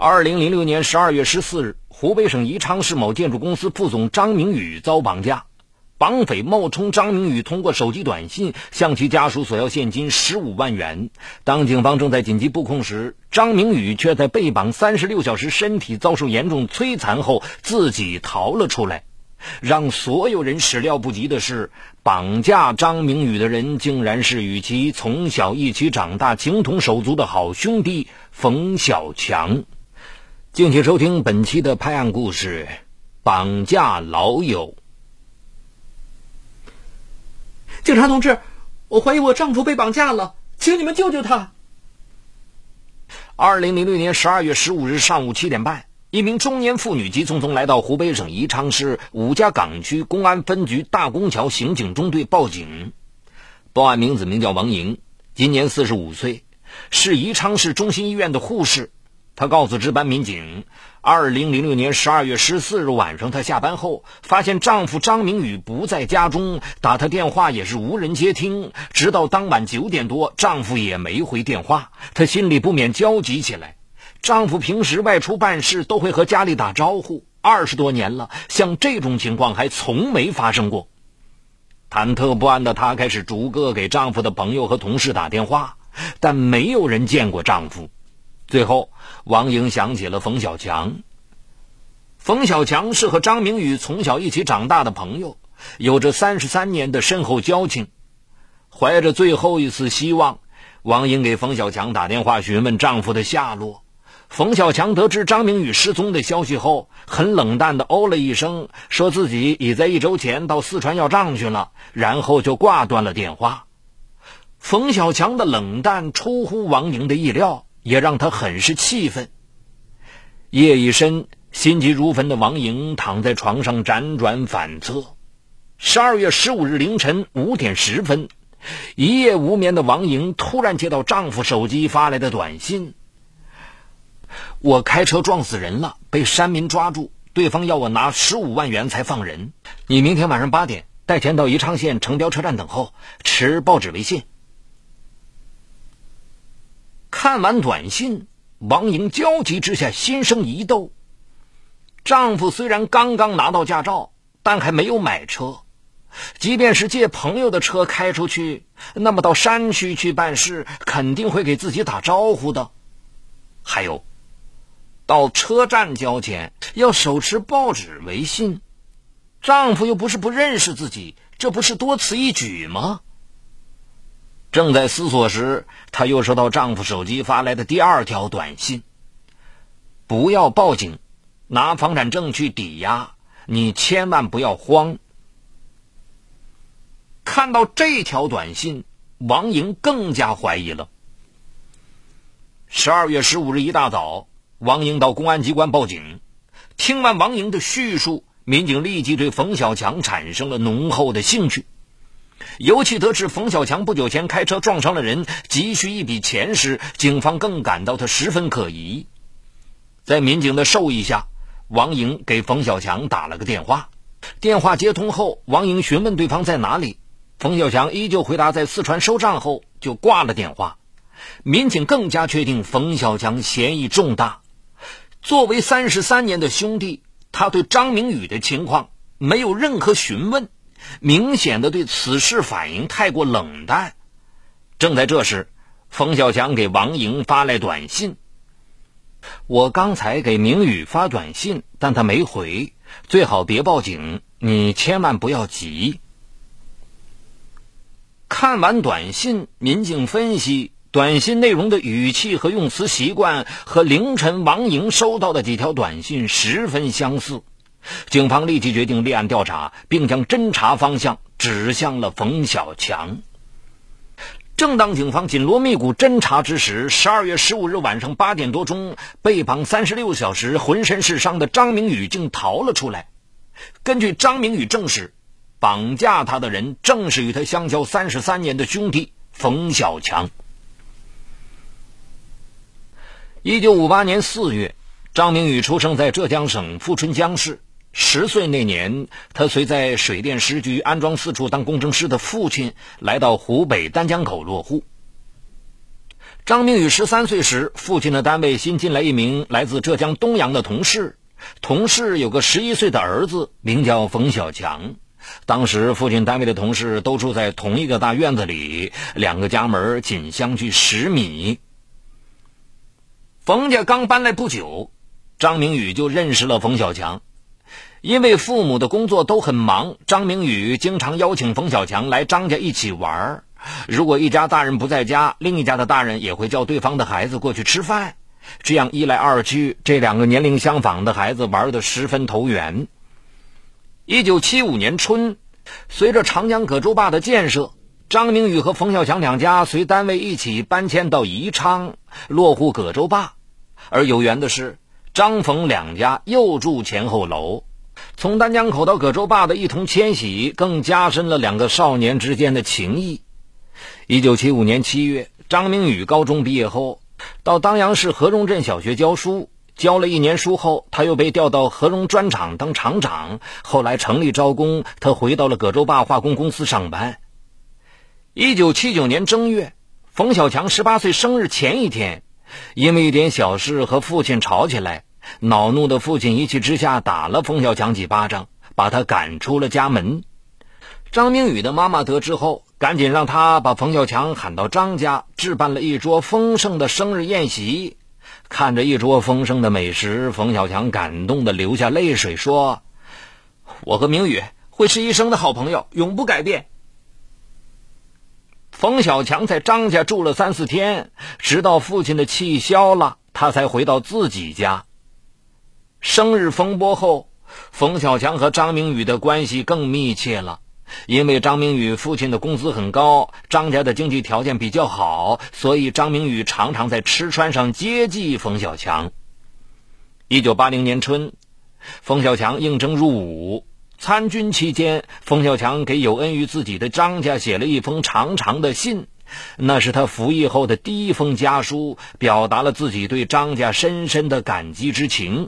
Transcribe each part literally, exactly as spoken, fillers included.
二零零六年十二月十四日，湖北省宜昌市某建筑公司副总张明宇遭绑架。绑匪冒充张明宇，通过手机短信向其家属索要现金十五万元。当警方正在紧急布控时，张明宇却在被绑三十六小时，身体遭受严重摧残后自己逃了出来。让所有人始料不及的是，绑架张明宇的人竟然是与其从小一起长大、情同手足的好兄弟冯小强。敬请收听本期的拍案故事：绑架老友。 警察同志，我怀疑我丈夫被绑架了，请你们救救他。 二零零六年十二月十五日上午七点半，一名中年妇女急匆匆来到湖北省宜昌市五家岗区公安分局大公桥刑警中队报警。报案名字名叫王莹，今年四十五岁，是宜昌市中心医院的护士。她告诉值班民警，二零零六年十二月十四日晚上，她下班后发现丈夫张明宇不在家中，打她电话也是无人接听，直到当晚九点多，丈夫也没回电话，她心里不免焦急起来。丈夫平时外出办事都会和家里打招呼，二十多年了，像这种情况还从没发生过。忐忑不安的她开始逐个给丈夫的朋友和同事打电话，但没有人见过丈夫。最后，王莹想起了冯小强。冯小强是和张明宇从小一起长大的朋友，有着三十三年的深厚交情。怀着最后一丝希望，王莹给冯小强打电话询问丈夫的下落。冯小强得知张明宇失踪的消息后，很冷淡地哦了一声，说自己已在一周前到四川要账去了，然后就挂断了电话。冯小强的冷淡出乎王莹的意料，也让他很是气愤。夜已深，心急如焚的王莹躺在床上辗转反侧。十二月十五日凌晨五点十分，一夜无眠的王莹突然接到丈夫手机发来的短信：我开车撞死人了，被山民抓住，对方要我拿十五万元才放人。你明天晚上八点带钱到宜昌县城标车站等候，持报纸为信。看完短信，王莹焦急之下心生疑窦。丈夫虽然刚刚拿到驾照，但还没有买车，即便是借朋友的车开出去，那么到山区去办事肯定会给自己打招呼的。还有，到车站交钱要手持报纸为信，丈夫又不是不认识自己，这不是多此一举吗？正在思索时，她又收到丈夫手机发来的第二条短信：不要报警，拿房产证去抵押，你千万不要慌。看到这条短信，王莹更加怀疑了。十二月十五日一大早，王莹到公安机关报警。听完王莹的叙述，民警立即对冯小强产生了浓厚的兴趣。尤其得知冯小强不久前开车撞伤了人，急需一笔钱时，警方更感到他十分可疑。在民警的授意下，王莹给冯小强打了个电话。电话接通后，王莹询问对方在哪里，冯小强依旧回答在四川收账后就挂了电话。民警更加确定冯小强嫌疑重大。作为三十三年的兄弟，他对张明宇的情况没有任何询问，明显的对此事反应太过冷淡。正在这时，冯小强给王莹发来短信：我刚才给明宇发短信，但他没回，最好别报警，你千万不要急。看完短信，民警分析，短信内容的语气和用词习惯和凌晨王莹收到的几条短信十分相似。警方立即决定立案调查，并将侦查方向指向了冯小强。正当警方紧锣密鼓侦查之时，十二月十五日晚上八点多钟，被绑三十六小时、浑身是伤的张明宇竟逃了出来。根据张明宇证实，绑架他的人正是与他相交三十三年的兄弟冯小强。一九五八年四月，张明宇出生在浙江省富春江市。十岁那年，他随在水电时局安装四处当工程师的父亲来到湖北丹江口落户。 张明宇十三岁时，父亲的单位新进来一名来自浙江东阳的同事，同事有个十一岁的儿子，名叫冯小强。当时父亲单位的同事都住在同一个大院子里，两个家门仅相距十米。冯家刚搬来不久，张明宇就认识了冯小强。因为父母的工作都很忙，张明宇经常邀请冯小强来张家一起玩。如果一家大人不在家，另一家的大人也会叫对方的孩子过去吃饭。这样一来二去，这两个年龄相仿的孩子玩得十分投缘。一九七五年春，随着长江葛洲坝的建设，张明宇和冯小强两家随单位一起搬迁到宜昌，落户葛洲坝。而有缘的是，张冯两家又住前后楼。从丹江口到葛洲坝的一同迁徙，更加深了两个少年之间的情谊。一九七五年七月，张明宇高中毕业后，到当阳市和荣镇小学教书。教了一年书后，他又被调到和荣砖厂当厂长。后来成立招工，他回到了葛洲坝化工公司上班。一九七九年正月，冯小强十八岁生日前一天，因为一点小事和父亲吵起来，恼怒的父亲一气之下打了冯小强几巴掌，把他赶出了家门。张明宇的妈妈得知后，赶紧让他把冯小强喊到张家，置办了一桌丰盛的生日宴席。看着一桌丰盛的美食，冯小强感动地流下泪水，说：我和明宇会是一生的好朋友，永不改变。冯小强在张家住了三四天，直到父亲的气消了，他才回到自己家。生日风波后，冯小强和张明宇的关系更密切了。因为张明宇父亲的工资很高，张家的经济条件比较好，所以张明宇常常在吃穿上接济冯小强。一九八零年春，冯小强应征入伍，参军期间，冯小强给有恩于自己的张家写了一封长长的信，那是他服役后的第一封家书，表达了自己对张家深深的感激之情。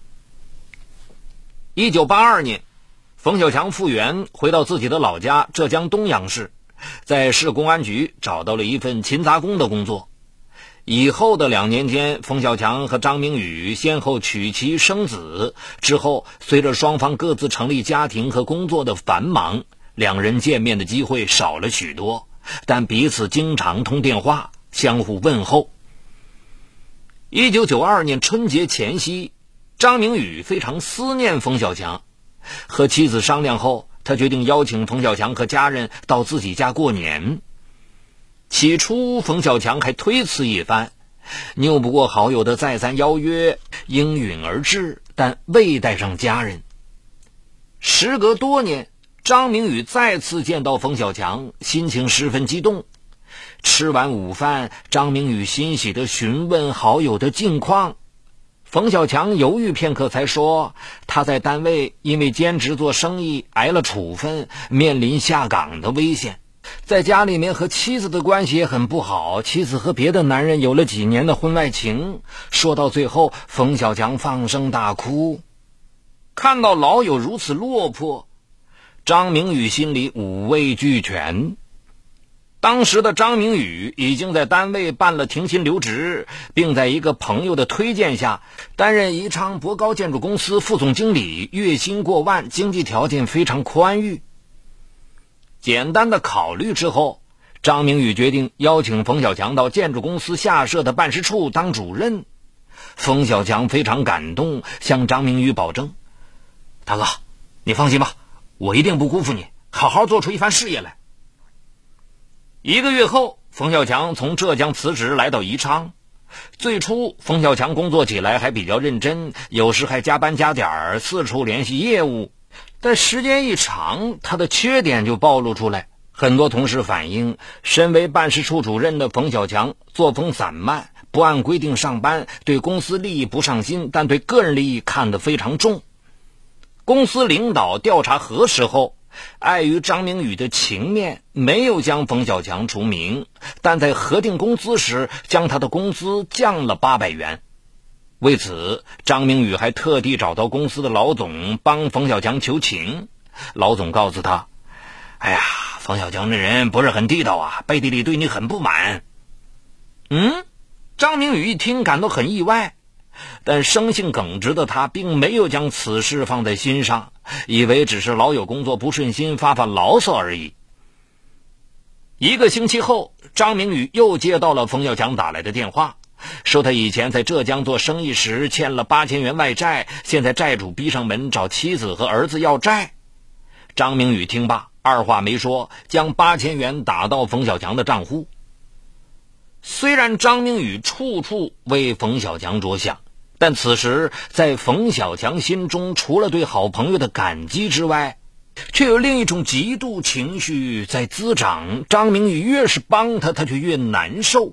一九八二年，冯小强复员，回到自己的老家浙江东阳市，在市公安局找到了一份勤杂工的工作。以后的两年间，冯小强和张明宇先后娶妻生子，之后随着双方各自成立家庭和工作的繁忙，两人见面的机会少了许多，但彼此经常通电话，相互问候。一九九二年春节前夕，张明宇非常思念冯小强，和妻子商量后，他决定邀请冯小强和家人到自己家过年。起初冯小强还推辞一番，拗不过好友的再三邀约，应允而至，但未带上家人。时隔多年，张明宇再次见到冯小强，心情十分激动。吃完午饭，张明宇欣喜地询问好友的近况。冯小强犹豫片刻才说，他在单位因为兼职做生意挨了处分，面临下岗的危险。在家里面和妻子的关系也很不好，妻子和别的男人有了几年的婚外情。说到最后，冯小强放声大哭。看到老友如此落魄，张明宇心里五味俱全。当时的张明宇已经在单位办了停薪留职，并在一个朋友的推荐下担任宜昌博高建筑公司副总经理，月薪过万，经济条件非常宽裕。简单的考虑之后，张明宇决定邀请冯小强到建筑公司下设的办事处当主任。冯小强非常感动，向张明宇保证：大哥，你放心吧，我一定不辜负你，好好做出一番事业来。一个月后，冯小强从浙江辞职来到宜昌。最初冯小强工作起来还比较认真，有时还加班加点儿，四处联系业务。但时间一长，他的缺点就暴露出来。很多同事反映，身为办事处主任的冯小强作风散漫，不按规定上班，对公司利益不上心，但对个人利益看得非常重。公司领导调查核实后，碍于张明宇的情面，没有将冯小强除名，但在核定工资时将他的工资降了八百元。为此，张明宇还特地找到公司的老总帮冯小强求情。老总告诉他：哎呀，冯小强这人不是很地道啊，背地里对你很不满。 嗯，张明宇一听感到很意外，但生性耿直的他并没有将此事放在心上，以为只是老友工作不顺心发发牢骚而已。一个星期后，张明宇又接到了冯小强打来的电话，说他以前在浙江做生意时欠了八千元外债，现在债主逼上门找妻子和儿子要债。张明宇听罢，二话没说，将八千元打到冯小强的账户。虽然张明宇处处为冯小强着想，但此时在冯小强心中，除了对好朋友的感激之外，却有另一种嫉妒情绪在滋长。张明宇越是帮他，他就越难受。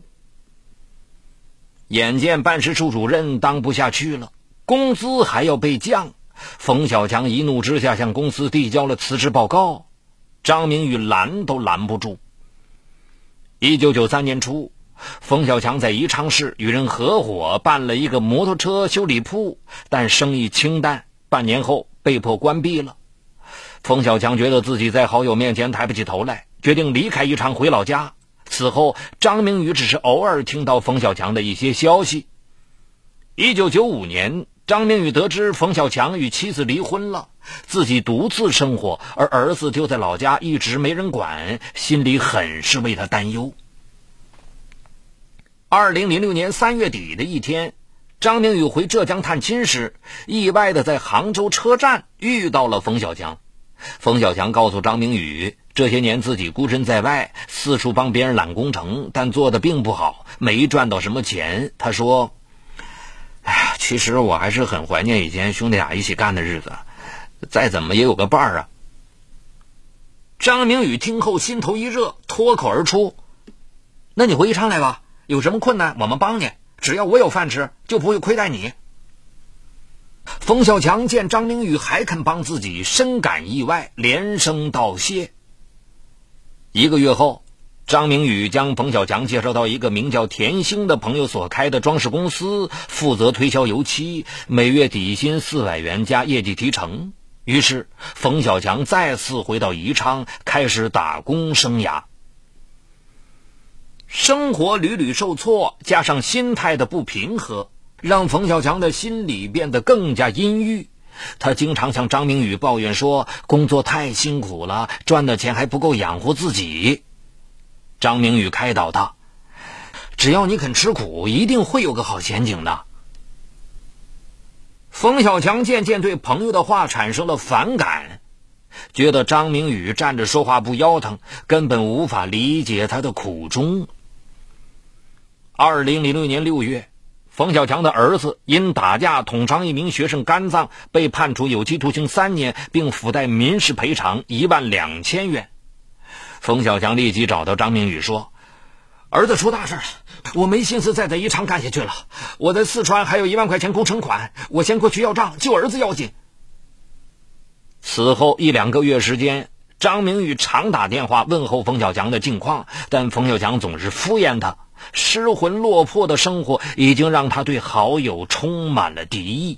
眼见办事处主任当不下去了，工资还要被降，冯小强一怒之下向公司递交了辞职报告，张明宇拦都拦不住。一九九三年初，冯小强在宜昌市与人合伙办了一个摩托车修理铺，但生意清淡，半年后被迫关闭了。冯小强觉得自己在好友面前抬不起头来，决定离开宜昌回老家。此后，张明宇只是偶尔听到冯小强的一些消息。一九九五年，张明宇得知冯小强与妻子离婚了，自己独自生活，而儿子丢在老家一直没人管，心里很是为他担忧。二零零六年三月底的一天，张明宇回浙江探亲时，意外的在杭州车站遇到了冯小强。冯小强告诉张明宇，这些年自己孤身在外，四处帮别人揽工程，但做的并不好，没赚到什么钱。他说，哎呀，其实我还是很怀念以前兄弟俩一起干的日子，再怎么也有个伴儿啊。张明宇听后心头一热，脱口而出，那你回宜昌来吧，有什么困难我们帮你，只要我有饭吃，就不会亏待你。冯小强见张明宇还肯帮自己，深感意外，连声道谢。一个月后，张明宇将冯小强介绍到一个名叫田兴的朋友所开的装饰公司，负责推销油漆，每月底薪四百元加业绩提成。于是冯小强再次回到宜昌，开始打工生涯。生活屡屡受挫，加上心态的不平和，让冯小强的心里变得更加阴郁。他经常向张明宇抱怨说，工作太辛苦了，赚的钱还不够养活自己。张明宇开导他，只要你肯吃苦，一定会有个好前景的。冯小强渐渐对朋友的话产生了反感，觉得张明宇站着说话不腰疼，根本无法理解他的苦衷。二零零六年六月，冯小强的儿子因打架捅伤一名学生肝脏，被判处有期徒刑三年，并附带民事赔偿一万两千元。冯小强立即找到张明宇说，儿子出大事了，我没心思再在宜昌干下去了，我在四川还有一万块钱工程款，我先过去要账，救儿子要紧。此后一两个月时间，张明宇常打电话问候冯小强的近况，但冯小强总是敷衍他。失魂落魄的生活已经让他对好友充满了敌意。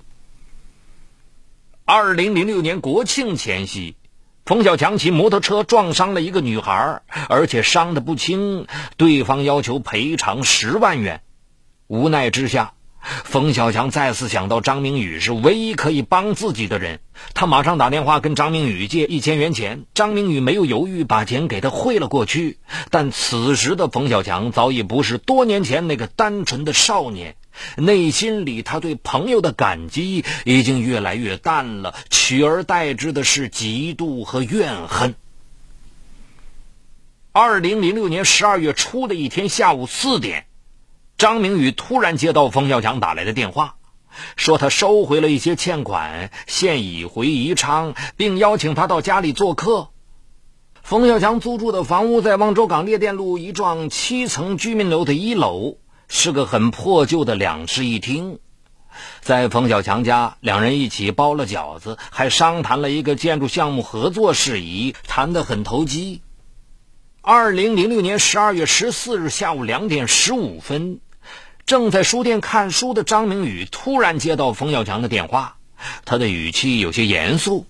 二零零六年国庆前夕，冯小强骑摩托车撞伤了一个女孩，而且伤得不轻，对方要求赔偿十万元。无奈之下，冯小强再次想到张明宇是唯一可以帮自己的人，他马上打电话跟张明宇借一千元钱。张明宇没有犹豫，把钱给他汇了过去。但此时的冯小强早已不是多年前那个单纯的少年，内心里他对朋友的感激已经越来越淡了，取而代之的是嫉妒和怨恨。二零零六年十二月初的一天下午四点，张明宇突然接到冯小强打来的电话，说他收回了一些欠款，现已回宜昌，并邀请他到家里做客。冯小强租住的房屋在望州港列电路一幢七层居民楼的一楼，是个很破旧的两室一厅。在冯小强家，两人一起包了饺子，还商谈了一个建筑项目合作事宜，谈得很投机。二零零六年十二月十四日下午两点十五分，正在书店看书的张明宇突然接到冯小强的电话，他的语气有些严肃。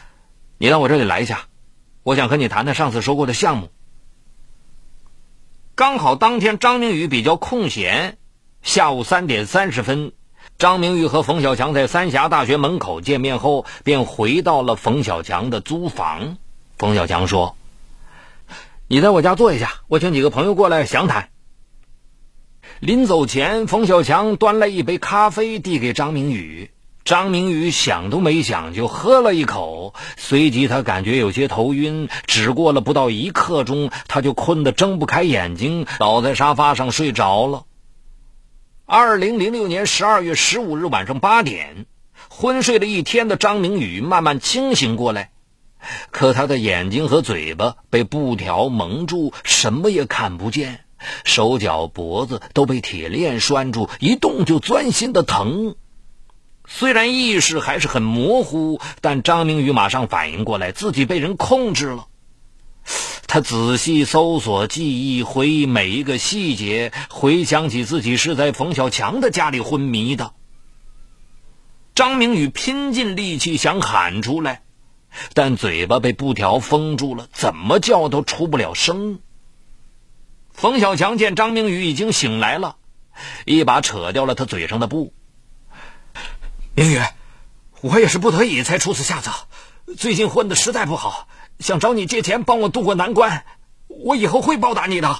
你到我这里来一下，我想和你谈谈上次说过的项目。 刚好当天张明宇比较空闲，下午三点三十分，张明宇和冯小强在三峡大学门口见面后，便回到了冯小强的租房。冯小强说：“你在我家坐一下，我请几个朋友过来详谈。”临走前，冯小强端来一杯咖啡递给张明宇。张明宇想都没想就喝了一口，随即他感觉有些头晕，只过了不到一刻钟，他就困得睁不开眼睛，倒在沙发上睡着了。二零零六年十二月十五日晚上八点，昏睡了一天的张明宇慢慢清醒过来，可他的眼睛和嘴巴被布条蒙住，什么也看不见，手脚脖子都被铁链拴住，一动就钻心的疼。虽然意识还是很模糊，但张明宇马上反应过来自己被人控制了。他仔细搜索记忆，回忆每一个细节，回想起自己是在冯小强的家里昏迷的。张明宇拼尽力气想喊出来，但嘴巴被布条封住了，怎么叫都出不了声。冯小强见张明宇已经醒来了，一把扯掉了他嘴上的布。 明宇，我也是不得已才出此下策，最近混得实在不好，想找你借钱帮我渡过难关，我以后会报答你的。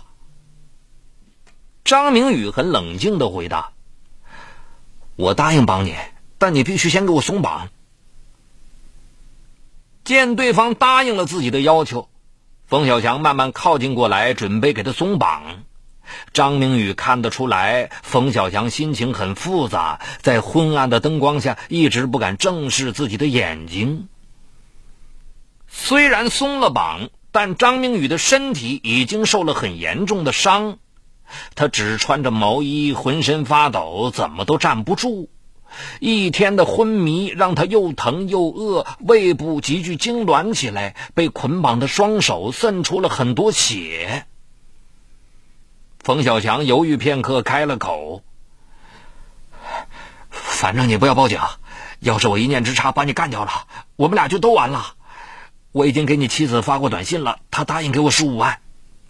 张明宇很冷静地回答：我答应帮你，但你必须先给我松绑。见对方答应了自己的要求，冯小强慢慢靠近过来，准备给他松绑。张明宇看得出来，冯小强心情很复杂，在昏暗的灯光下一直不敢正视自己的眼睛。虽然松了绑，但张明宇的身体已经受了很严重的伤，他只穿着毛衣，浑身发抖，怎么都站不住。一天的昏迷让他又疼又饿，胃部急剧痉挛起来，被捆绑的双手渗出了很多血。冯小强犹豫片刻，开了口：反正你不要报警，要是我一念之差把你干掉了，我们俩就都完了。我已经给你妻子发过短信了，她答应给我十五万。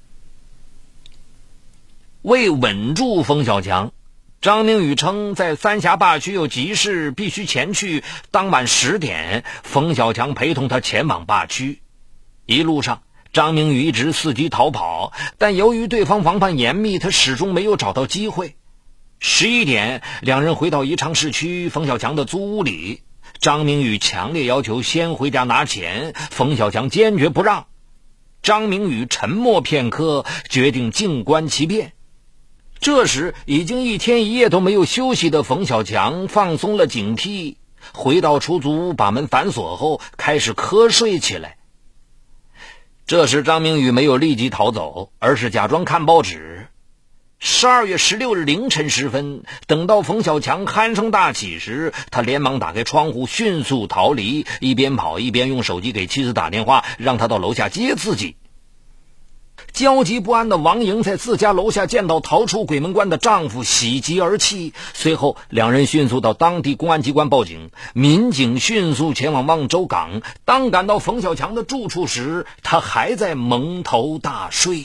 为稳住冯小强，张明宇称在三峡坝区有急事必须前去，当晚十点，冯小强陪同他前往坝区。一路上张明宇一直伺机逃跑，但由于对方防范严密，他始终没有找到机会。十一点，两人回到宜昌市区冯小强的租屋里，张明宇强烈要求先回家拿钱，冯小强坚决不让。张明宇沉默片刻，决定静观其变。这时已经一天一夜都没有休息的冯小强放松了警惕，回到出租屋，把门反锁后开始瞌睡起来。这时张明宇没有立即逃走，而是假装看报纸。十二月十六日凌晨时分，等到冯小强鼾声大起时，他连忙打开窗户迅速逃离，一边跑一边用手机给妻子打电话，让他到楼下接自己。焦急不安的王莹在自家楼下见到逃出鬼门关的丈夫，喜极而泣。随后两人迅速到当地公安机关报警，民警迅速前往望州港。当赶到冯小强的住处时，他还在蒙头大睡。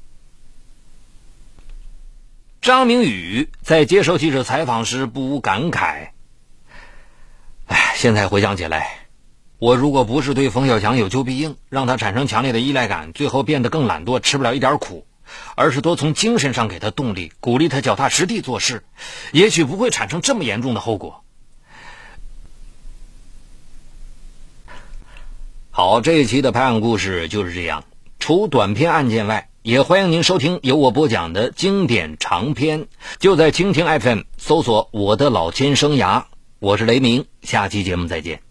张明宇在接受记者采访时不无感慨：哎，现在回想起来，我如果不是对冯小强有求必应，让他产生强烈的依赖感，最后变得更懒惰，吃不了一点苦，而是多从精神上给他动力，鼓励他脚踏实地做事，也许不会产生这么严重的后果。好，这一期的拍案故事就是这样。除短篇案件外，也欢迎您收听由我播讲的经典长篇，就在蜻蜓 F M 搜索我的老千生涯。我是雷鸣，下期节目再见。